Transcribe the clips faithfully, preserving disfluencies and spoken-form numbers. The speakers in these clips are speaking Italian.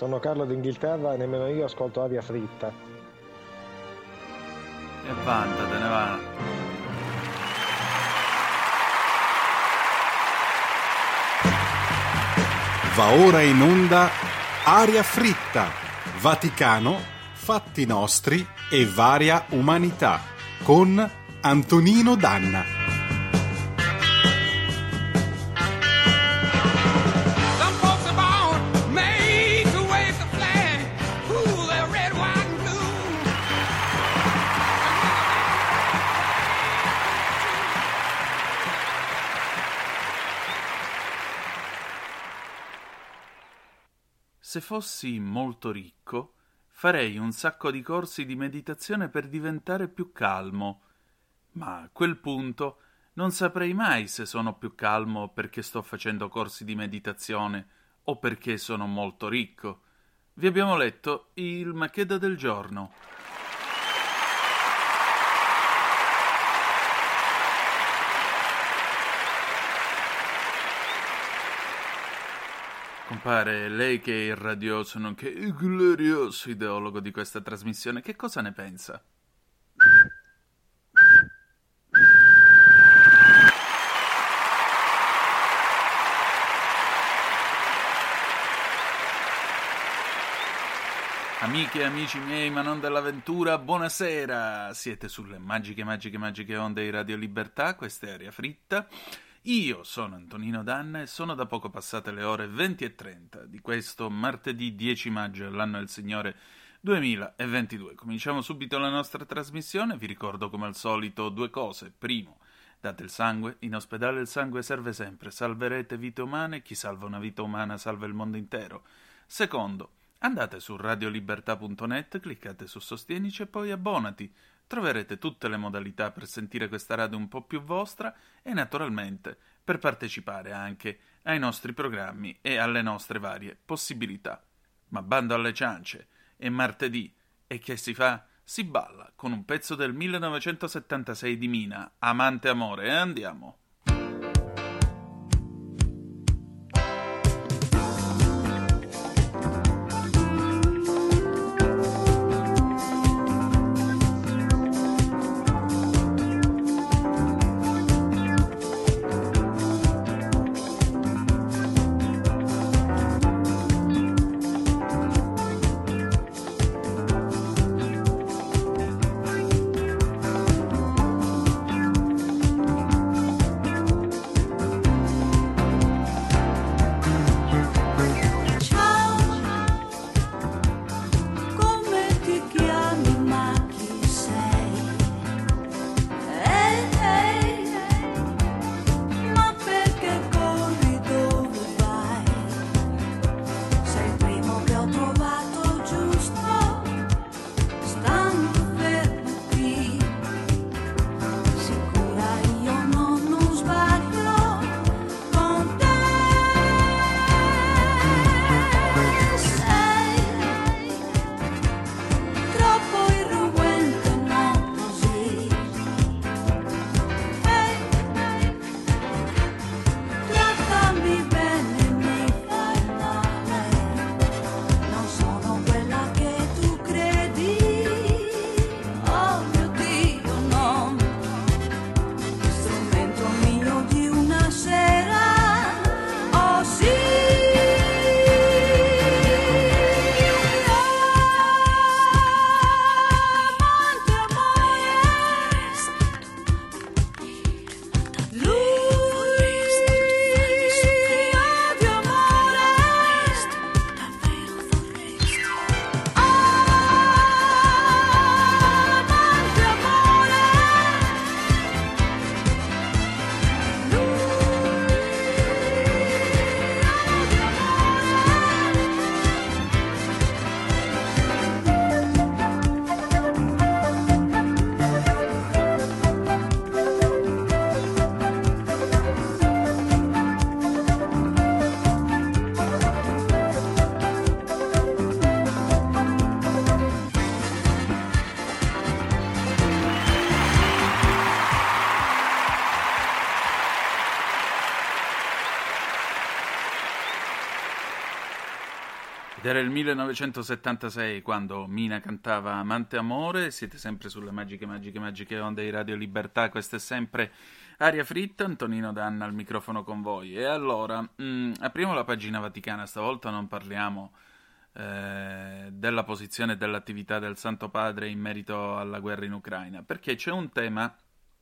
sono Carlo d'Inghilterra e nemmeno io ascolto Aria Fritta. E vantatene, va. Va ora in onda Aria Fritta, Vaticano, fatti nostri e varia umanità, con Antonino Danna. Se fossi molto ricco, farei un sacco di corsi di meditazione per diventare più calmo, ma a quel punto non saprei mai se sono più calmo perché sto facendo corsi di meditazione o perché sono molto ricco. Vi abbiamo letto il Macheda del giorno. Compare, lei che è il radioso nonché il glorioso ideologo di questa trasmissione, che cosa ne pensa? Amiche e amici miei, ma non dell'avventura, buonasera! Siete sulle magiche, magiche, magiche onde di Radio Libertà, questa è Aria Fritta. Io sono Antonino Danna e sono da poco passate le ore venti e trenta di questo martedì dieci maggio dell'anno del Signore duemilaventidue. Cominciamo subito la nostra trasmissione. Vi ricordo come al solito due cose. Primo, date il sangue, in ospedale il sangue serve sempre, salverete vite umane, chi salva una vita umana salva il mondo intero. Secondo, andate su radiolibertà punto net, cliccate su Sostienici e poi abbonati. Troverete tutte le modalità per sentire questa radio un po' più vostra e naturalmente per partecipare anche ai nostri programmi e alle nostre varie possibilità. Ma bando alle ciance, è martedì e che si fa? Si balla con un pezzo del millenovecentosettantasei di Mina, Amante Amore, e andiamo! Era il millenovecentosettantasei quando Mina cantava Amante Amore. Siete sempre sulle magiche, magiche, magiche onde di Radio Libertà. Questa è sempre Aria Fritta, Antonino Danna al microfono con voi. E allora, mh, apriamo la pagina vaticana. Stavolta non parliamo eh, della posizione e dell'attività del Santo Padre in merito alla guerra in Ucraina, perché c'è un tema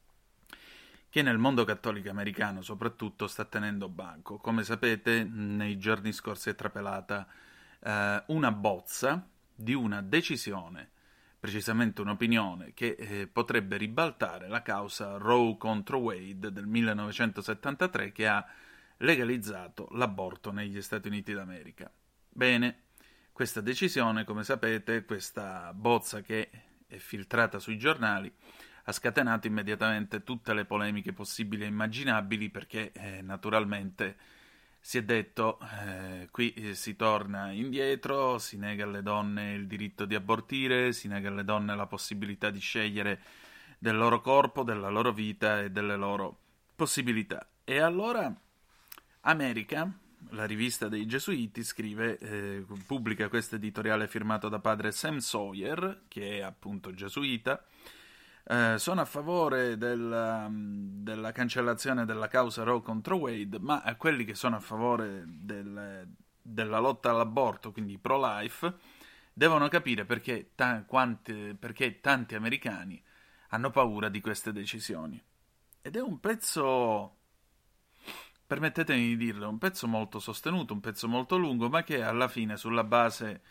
che nel mondo cattolico americano soprattutto sta tenendo banco. Come sapete, nei giorni scorsi è trapelata Uh, una bozza di una decisione, precisamente un'opinione, che eh, potrebbe ribaltare la causa Roe contro Wade del millenovecentosettantatré, che ha legalizzato l'aborto negli Stati Uniti d'America. Bene, questa decisione, come sapete, questa bozza che è filtrata sui giornali, ha scatenato immediatamente tutte le polemiche possibili e immaginabili, perché eh, naturalmente si è detto, eh, qui eh, si torna indietro, si nega alle donne il diritto di abortire, si nega alle donne la possibilità di scegliere del loro corpo, della loro vita e delle loro possibilità. E allora America, la rivista dei Gesuiti, scrive, eh, pubblica questo editoriale firmato da padre Sam Sawyer, che è appunto gesuita. Eh, sono a favore della, della cancellazione della causa Roe contro Wade, ma a quelli che sono a favore del, della lotta all'aborto, quindi pro-life, devono capire perché, ta- quanti, perché tanti americani hanno paura di queste decisioni. Ed è un pezzo, permettetemi di dirlo, un pezzo molto sostenuto, un pezzo molto lungo, ma che alla fine, sulla base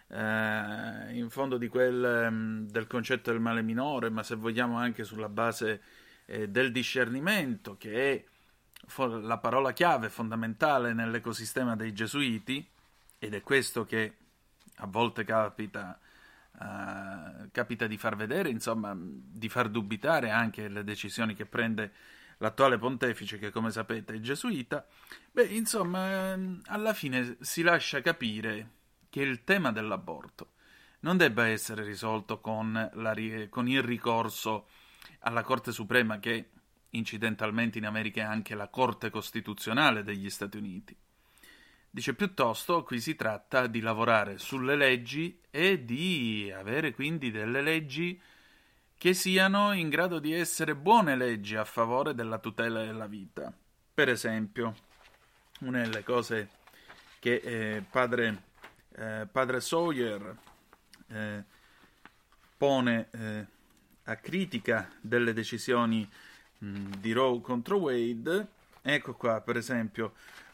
Uh, in fondo di quel um, del concetto del male minore, ma se vogliamo anche sulla base eh, del discernimento, che è fo- la parola chiave fondamentale nell'ecosistema dei gesuiti, ed è questo che a volte capita uh, capita di far vedere, insomma, di far dubitare anche le decisioni che prende l'attuale pontefice, che come sapete è gesuita. Beh, insomma, alla fine si lascia capire che il tema dell'aborto non debba essere risolto con, la, con il ricorso alla Corte Suprema, che incidentalmente in America è anche la Corte Costituzionale degli Stati Uniti. Dice piuttosto, qui si tratta di lavorare sulle leggi e di avere quindi delle leggi che siano in grado di essere buone leggi a favore della tutela della vita. Per esempio, una delle cose che eh, padre... Eh, padre Sawyer eh, pone eh, a critica delle decisioni mh, di Roe contro Wade, ecco qua per esempio,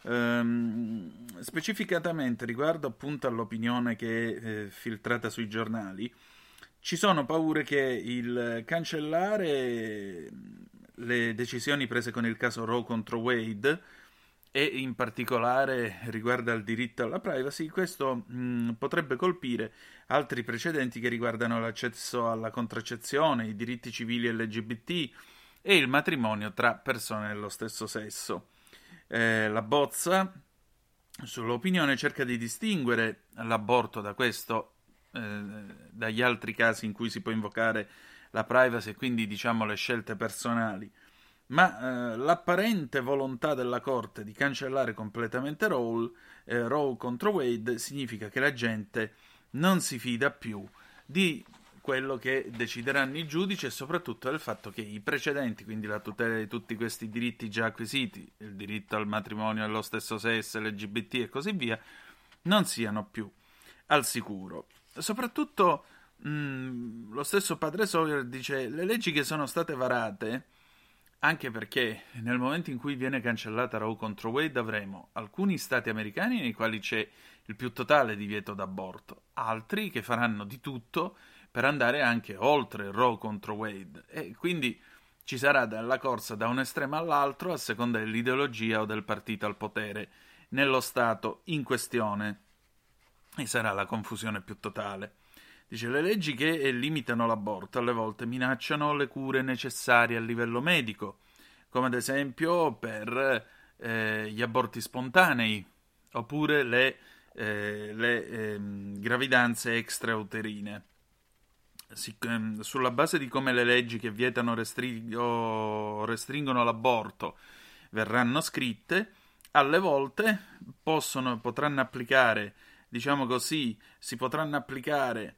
ehm, specificatamente riguardo appunto all'opinione che è eh, filtrata sui giornali, ci sono paure che il cancellare le decisioni prese con il caso Roe contro Wade, e in particolare riguarda il diritto alla privacy, questo mh, potrebbe colpire altri precedenti che riguardano l'accesso alla contraccezione, i diritti civili L G B T e il matrimonio tra persone dello stesso sesso. Eh, la bozza sull'opinione cerca di distinguere l'aborto da questo, eh, dagli altri casi in cui si può invocare la privacy e quindi diciamo le scelte personali. Ma eh, l'apparente volontà della Corte di cancellare completamente Roe, eh, Roe contro Wade significa che la gente non si fida più di quello che decideranno i giudici e soprattutto del fatto che i precedenti, quindi la tutela di tutti questi diritti già acquisiti, il diritto al matrimonio dello stesso sesso, L G B T e così via, non siano più al sicuro. Soprattutto mh, lo stesso padre Sawyer dice le leggi che sono state varate, anche perché nel momento in cui viene cancellata Roe contro Wade avremo alcuni stati americani nei quali c'è il più totale divieto d'aborto, altri che faranno di tutto per andare anche oltre Roe contro Wade, e quindi ci sarà dalla corsa da un estremo all'altro a seconda dell'ideologia o del partito al potere nello stato in questione, e sarà la confusione più totale. Dice, le leggi che limitano l'aborto alle volte minacciano le cure necessarie a livello medico, come ad esempio per eh, gli aborti spontanei, oppure le, eh, le eh, gravidanze extrauterine. Si, eh, sulla base di come le leggi che vietano restring- o restringono l'aborto verranno scritte, alle volte possono, potranno applicare diciamo così, si potranno applicare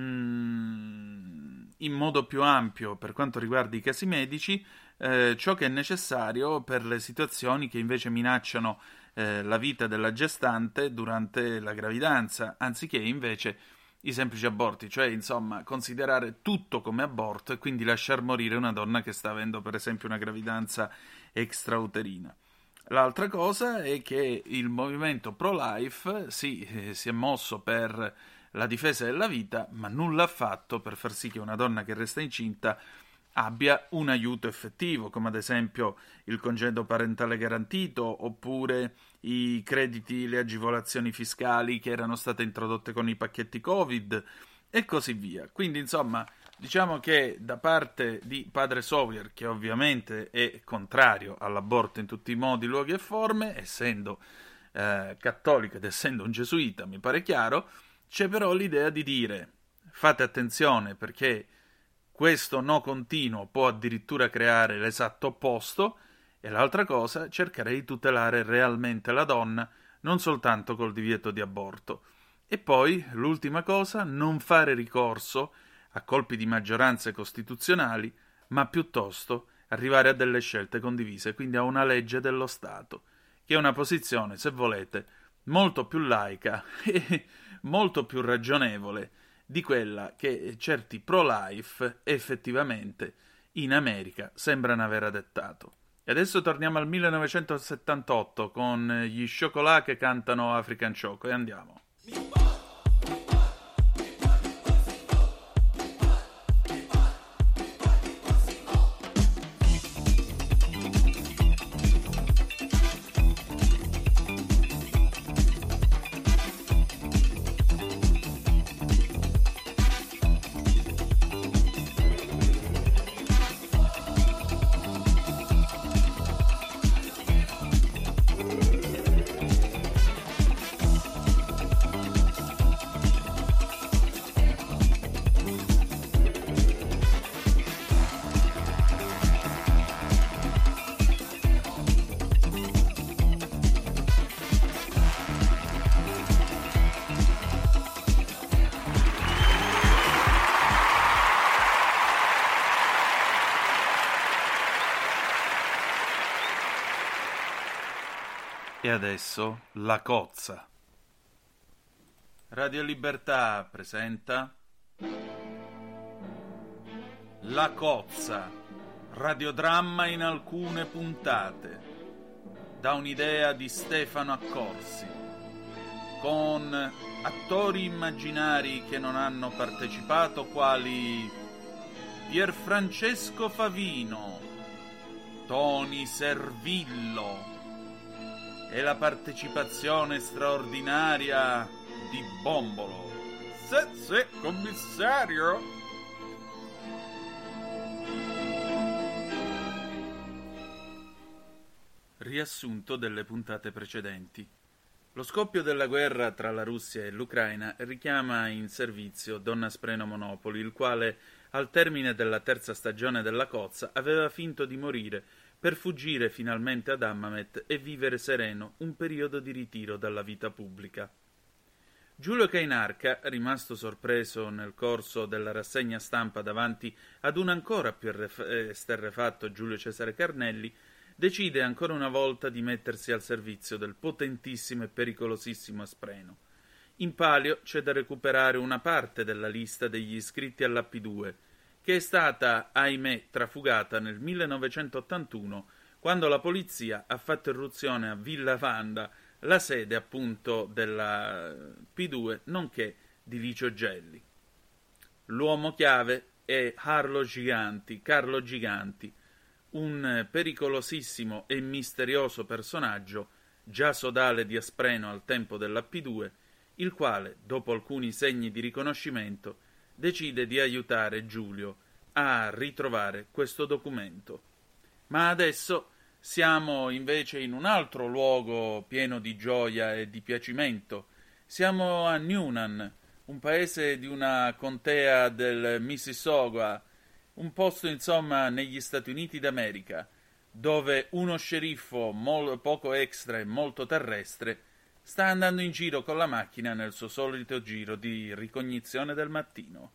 mm, in modo più ampio per quanto riguarda i casi medici, eh, ciò che è necessario per le situazioni che invece minacciano eh, la vita della gestante durante la gravidanza, anziché invece i semplici aborti, cioè insomma considerare tutto come aborto e quindi lasciar morire una donna che sta avendo per esempio una gravidanza extrauterina. L'altra cosa è che il movimento pro-life sì, eh, si è mosso per la difesa della vita, ma nulla ha fatto per far sì che una donna che resta incinta abbia un aiuto effettivo, come ad esempio il congedo parentale garantito, oppure i crediti, le agevolazioni fiscali che erano state introdotte con i pacchetti Covid e così via. Quindi insomma, diciamo che da parte di padre Sawyer, che ovviamente è contrario all'aborto in tutti i modi, luoghi e forme, essendo eh, cattolico ed essendo un gesuita, mi pare chiaro, c'è però l'idea di dire fate attenzione perché questo no continuo può addirittura creare l'esatto opposto, e l'altra cosa, cercare di tutelare realmente la donna, non soltanto col divieto di aborto. E poi, l'ultima cosa, non fare ricorso a colpi di maggioranze costituzionali, ma piuttosto arrivare a delle scelte condivise, quindi a una legge dello Stato, che è una posizione, se volete, molto più laica e molto più ragionevole di quella che certi pro-life effettivamente in America sembrano aver adottato. E adesso torniamo al millenovecentosettantotto con gli Chocolat che cantano African Choco e andiamo. E adesso la cozza. Radio Libertà presenta La cozza, radiodramma in alcune puntate, da un'idea di Stefano Accorsi, con attori immaginari che non hanno partecipato quali Pierfrancesco Favino, Toni Servillo e la partecipazione straordinaria di Bombolo. Se, se, commissario! Riassunto delle puntate precedenti. Lo scoppio della guerra tra la Russia e l'Ucraina richiama in servizio Don Aspreno Monopoli, il quale, al termine della terza stagione della cozza, aveva finto di morire per fuggire finalmente ad Hammamet e vivere sereno un periodo di ritiro dalla vita pubblica. Giulio Cainarca, rimasto sorpreso nel corso della rassegna stampa davanti ad un ancora più esterrefatto Giulio Cesare Carnelli, decide ancora una volta di mettersi al servizio del potentissimo e pericolosissimo Aspreno. In palio c'è da recuperare una parte della lista degli iscritti all'A P due, che è stata, ahimè, trafugata nel millenovecentottantuno, quando la polizia ha fatto irruzione a Villa Vanda, la sede appunto della P due, nonché di Licio Gelli. L'uomo chiave è Carlo Giganti, Carlo Giganti, un pericolosissimo e misterioso personaggio, già sodale di Aspreno al tempo della P due, il quale, dopo alcuni segni di riconoscimento, decide di aiutare Giulio a ritrovare questo documento. Ma adesso siamo invece in un altro luogo pieno di gioia e di piacimento. Siamo a Newnan, un paese di una contea del Mississauga, un posto insomma negli Stati Uniti d'America, dove uno sceriffo mol- poco extra e molto terrestre sta andando in giro con la macchina nel suo solito giro di ricognizione del mattino.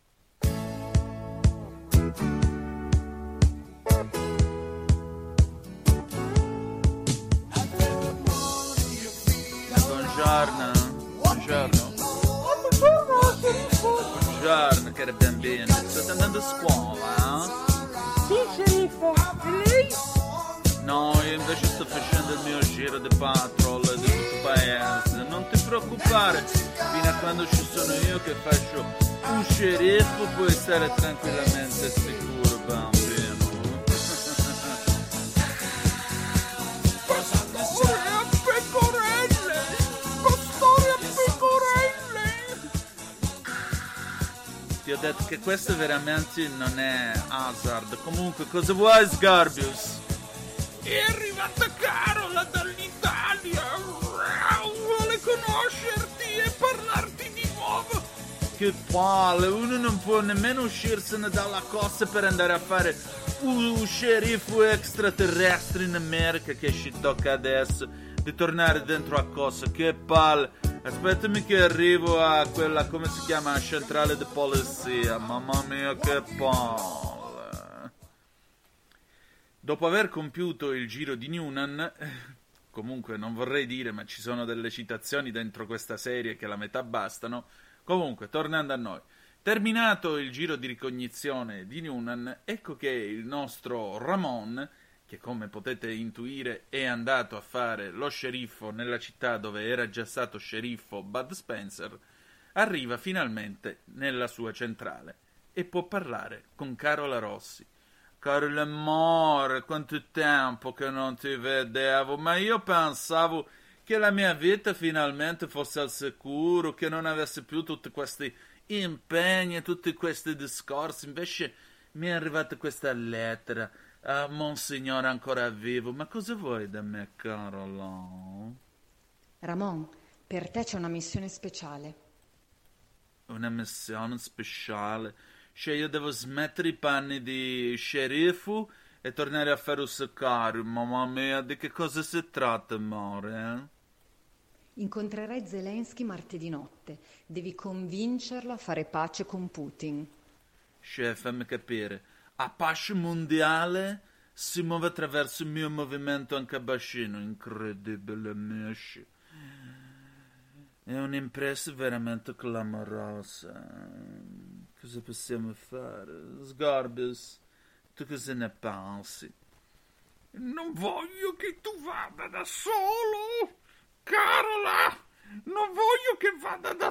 Buongiorno, buongiorno. Buongiorno, cari bambini. State andando a scuola? Sì, sceriffo. E lei? No, io invece sto facendo il mio giro di patrol di tutto il paese. Non ti preoccupare, fino a quando ci sono io che faccio un sceriffo puoi stare tranquillamente sicuro, bambino. Ti ho detto che questo veramente non è Hazard. Comunque, cosa vuoi, Sgarbius? È arrivata Carola dall'Italia. Vuole conoscerti e parlarti di nuovo. Che palle, uno non può nemmeno uscirsene dalla costa per andare a fare un sceriffo extraterrestre in America, che ci tocca adesso di tornare dentro a cosa. Che palle. Aspettami che arrivo a quella, come si chiama, a centrale di polizia. Mamma mia, che palle. Dopo aver compiuto il giro di Newnan, comunque non vorrei dire, ma ci sono delle citazioni dentro questa serie che la metà bastano. Comunque, tornando a noi. Terminato il giro di ricognizione di Newnan, ecco che il nostro Ramon, che come potete intuire è andato a fare lo sceriffo nella città dove era già stato sceriffo Bud Spencer, arriva finalmente nella sua centrale e può parlare con Carola Rossi. Caro amore, quanto tempo che non ti vedevo, ma io pensavo che la mia vita finalmente fosse al sicuro, che non avessi più tutti questi impegni, tutti questi discorsi, invece mi è arrivata questa lettera. Ah, Monsignore ancora vivo, ma cosa vuoi da me, Carola? Ramon, per te c'è una missione speciale. Una missione speciale? Cioè io devo smettere i panni di sceriffo e tornare a fare un soccorso. Mamma mia, di che cosa si tratta, amore? Eh? Incontrerai Zelensky martedì notte. Devi convincerlo a fare pace con Putin. Chef, fammi capire. A pace mondiale si muove attraverso il mio movimento anche a bacino. Incredibile, amici. È un'impresa veramente clamorosa. Cosa possiamo fare? Sgarbius, tu cosa ne pensi? Non voglio che tu vada da solo, Carola! Non voglio che vada da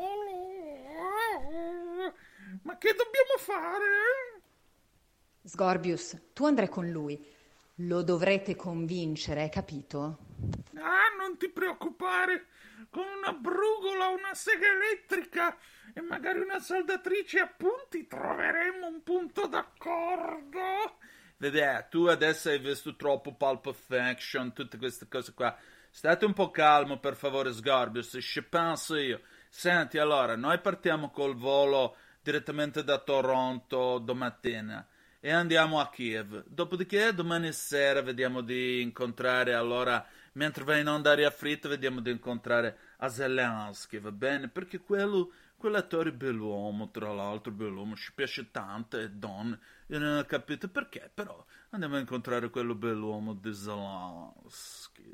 solo! Ma che dobbiamo fare? Sgarbius, tu andrai con lui. Lo dovrete convincere, hai capito? Ah, non ti preoccupare. Con una brugola, una sega elettrica e magari una saldatrice a punti troveremo un punto d'accordo. Vedete, tu adesso hai visto troppo Pulp Fiction, tutte queste cose qua. State un po' calmo, per favore, Sgarbius, ci penso io. Senti, allora, noi partiamo col volo direttamente da Toronto domattina e andiamo a Kiev. Dopodiché domani sera vediamo di incontrare, allora, mentre va in onda Aria Fritta, vediamo di incontrare a Zelensky, va bene? Perché quello, quell'attore è bell'uomo, tra l'altro, bell'uomo, ci piace tanto, è Don. Io non ho capito perché, però andiamo a incontrare quello bell'uomo di Zelensky.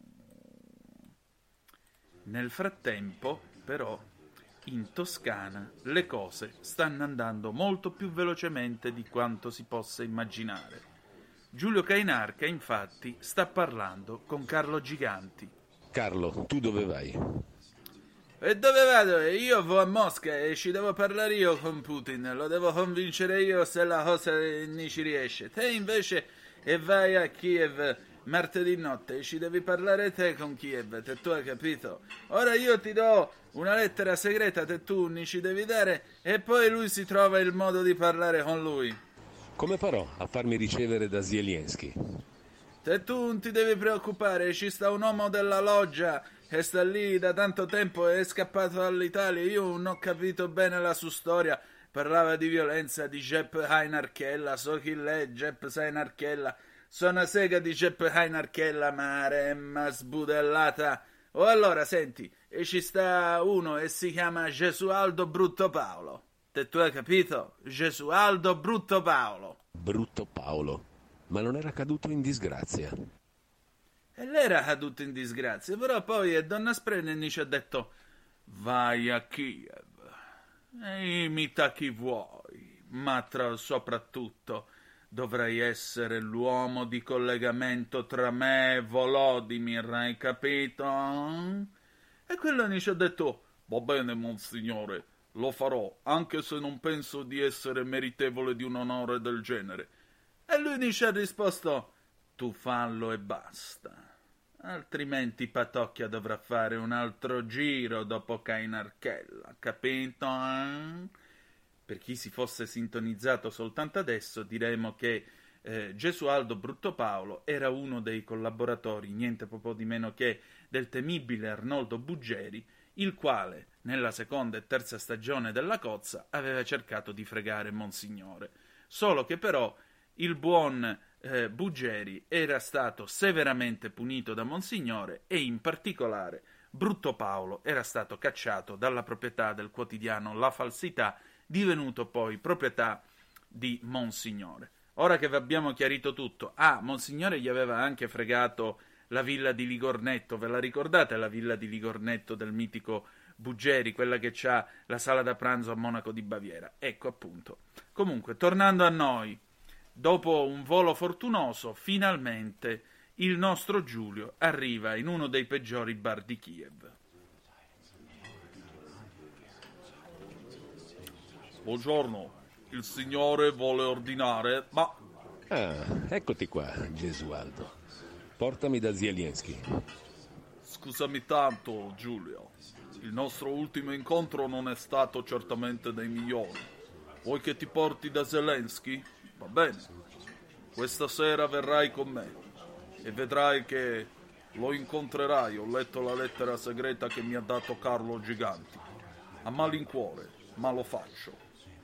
Nel frattempo, però, in Toscana le cose stanno andando molto più velocemente di quanto si possa immaginare. Giulio Cainarca, infatti, sta parlando con Carlo Giganti. Carlo, tu dove vai? E dove vado? Io vado a Mosca e ci devo parlare io con Putin, lo devo convincere io se la cosa ne ci riesce. Te invece e vai a Kiev martedì notte e ci devi parlare te con Kiev, te tu hai capito? Ora io ti do una lettera segreta, te tu ne ci devi dare e poi lui si trova il modo di parlare con lui. Come farò a farmi ricevere da Zelensky? Te tu non ti devi preoccupare, ci sta un uomo della loggia che sta lì da tanto tempo e è scappato dall'Italia. Io non ho capito bene la sua storia. Parlava di violenza di Jepp Heinarchella, so chi l'è, Jepp Heinarchella. Sono una sega di Jepp Heinarchella, ma remma sbudellata O allora, senti, e ci sta uno e si chiama Gesualdo Brutto Paolo. Te tu hai capito? Gesualdo Brutto Paolo. Brutto Paolo. Ma non era caduto in disgrazia? E lei era caduto in disgrazia, però poi e donna Sprenny ci ha detto vai a Kiev e imita chi vuoi, ma tra, soprattutto dovrai essere l'uomo di collegamento tra me e Volodymyr, hai capito? E quello ci ha detto va bene, monsignore, lo farò, anche se non penso di essere meritevole di un onore del genere. E lui ci ha risposto tu fallo e basta, altrimenti Patocchia dovrà fare un altro giro dopo Cainarchella, capito? Eh? Per chi si fosse sintonizzato soltanto adesso, diremo che eh, Gesualdo Brutto Paolo era uno dei collaboratori, niente proprio di meno che del temibile Arnoldo Buggeri, il quale nella seconda e terza stagione della Cozza aveva cercato di fregare Monsignore, solo che però il buon eh, Buggeri era stato severamente punito da Monsignore e in particolare Brutto Paolo era stato cacciato dalla proprietà del quotidiano La Falsità, divenuto poi proprietà di Monsignore. Ora che vi abbiamo chiarito tutto, ah, Monsignore gli aveva anche fregato la villa di Ligornetto, ve la ricordate la villa di Ligornetto del mitico Buggeri, quella che c'ha la sala da pranzo a Monaco di Baviera? Ecco appunto. Comunque, tornando a noi, dopo un volo fortunoso, finalmente il nostro Giulio arriva in uno dei peggiori bar di Kiev. Buongiorno, il signore vuole ordinare, ma... Ah, eccoti qua, Gesualdo. Portami da Zelensky. Scusami tanto, Giulio. Il nostro ultimo incontro non è stato certamente dei migliori. Vuoi che ti porti da Zelensky? Va bene. Questa sera verrai con me e vedrai che lo incontrerai. Ho letto la lettera segreta che mi ha dato Carlo Giganti. A malincuore, ma lo faccio.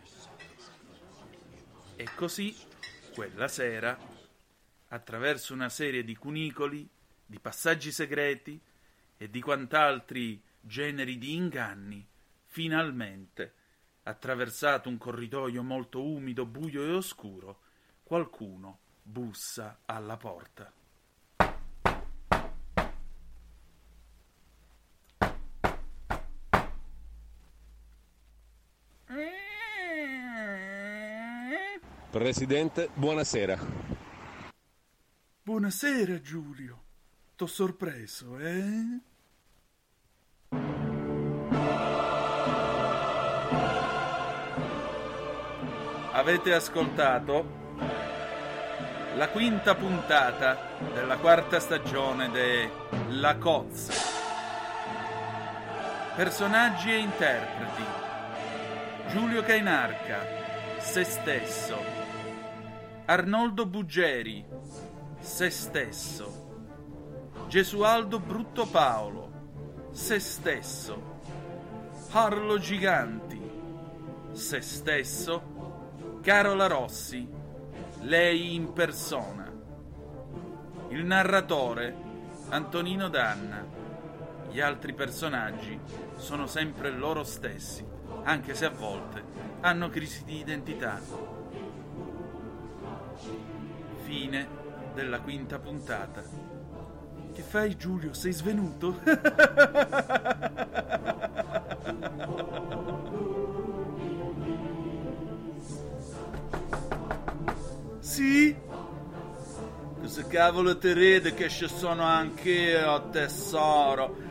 E così, quella sera, attraverso una serie di cunicoli, di passaggi segreti e di quant'altri generi di inganni, finalmente, attraversato un corridoio molto umido, buio e oscuro, qualcuno bussa alla porta. Presidente, buonasera. Buonasera, Giulio. T'ho sorpreso, eh? Avete ascoltato la quinta puntata della quarta stagione de La Cozza. Personaggi e interpreti: Giulio Cainarca, se stesso; Arnoldo Buggeri, se stesso; Gesualdo Brutto Paolo, se stesso; Carlo Giganti, se stesso; Carola Rossi, lei in persona; il narratore Antonino Danna. Gli altri personaggi sono sempre loro stessi, anche se a volte hanno crisi di identità. Fine della quinta puntata. Che fai, Giulio? Sei svenuto? Sì? Cosa cavolo te ride che ci sono anche io, tesoro?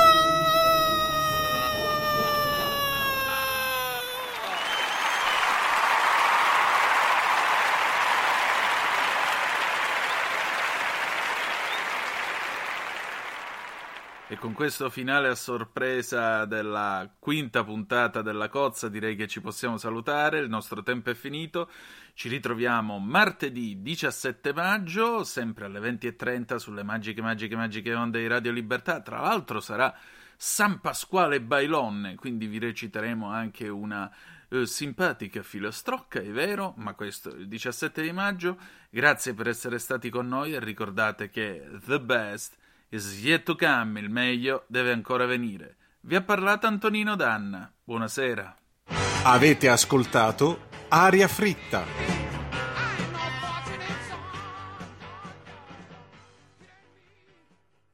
E con questo finale a sorpresa della quinta puntata della Cozza direi che ci possiamo salutare, il nostro tempo è finito. Ci ritroviamo martedì diciassette maggio, sempre alle venti e trenta sulle magiche, magiche, magiche onde di Radio Libertà. Tra l'altro sarà San Pasquale Bailonne, quindi vi reciteremo anche una eh, simpatica filastrocca, è vero, ma questo è il diciassette di maggio. Grazie per essere stati con noi e ricordate che the best Is yet to come, il meglio deve ancora venire. Vi ha parlato Antonino Danna. Buonasera. Avete ascoltato Aria Fritta.